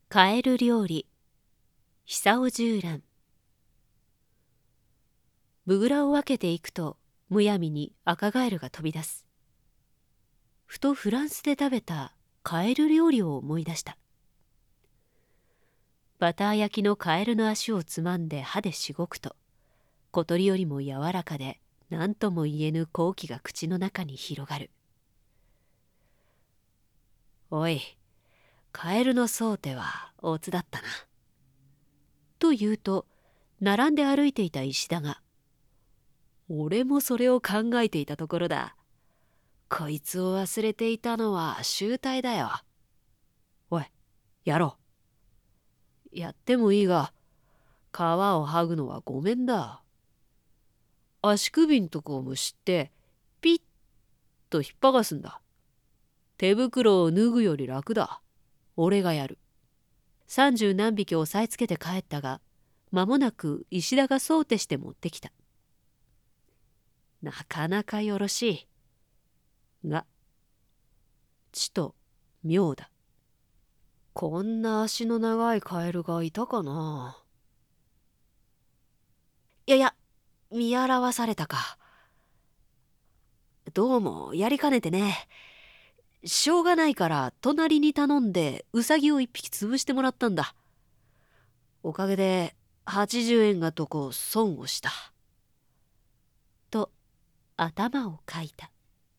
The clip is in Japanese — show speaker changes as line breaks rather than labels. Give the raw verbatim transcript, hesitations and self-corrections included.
カエル料理、久尾十蘭。ブグラを分けていくと、むやみに赤ガエルが飛び出す。ふとフランスで食べたカエル料理を思い出した。バター焼きのカエルの足をつまんで歯でしごくと、小鳥よりも柔らかで何とも言えぬ好奇が口の中に広がる。おい、カエルのソーテはおつだったな。と言うと、並んで歩いていた石田が、俺もそれを考えていたところだ。こいつを忘れていたのは醜態だよ。おい、やろう。やってもいいが、皮を剥ぐのはごめんだ。足首んとこをむしって、ピッと引っ剥がすんだ。手袋を脱ぐより楽だ。俺がやる。三十何匹押さえつけて帰ったが、間もなく石田がそうてして持ってきた。なかなかよろしい。が、ちと妙だ。こんな足の長いカエルがいたかな。いやいや、見表されたか。どうもやりかねてね。しょうがないから隣に頼んでウサギを一匹潰してもらったんだ。おかげではちじゅうえんがとこ損をした。と頭をかいた。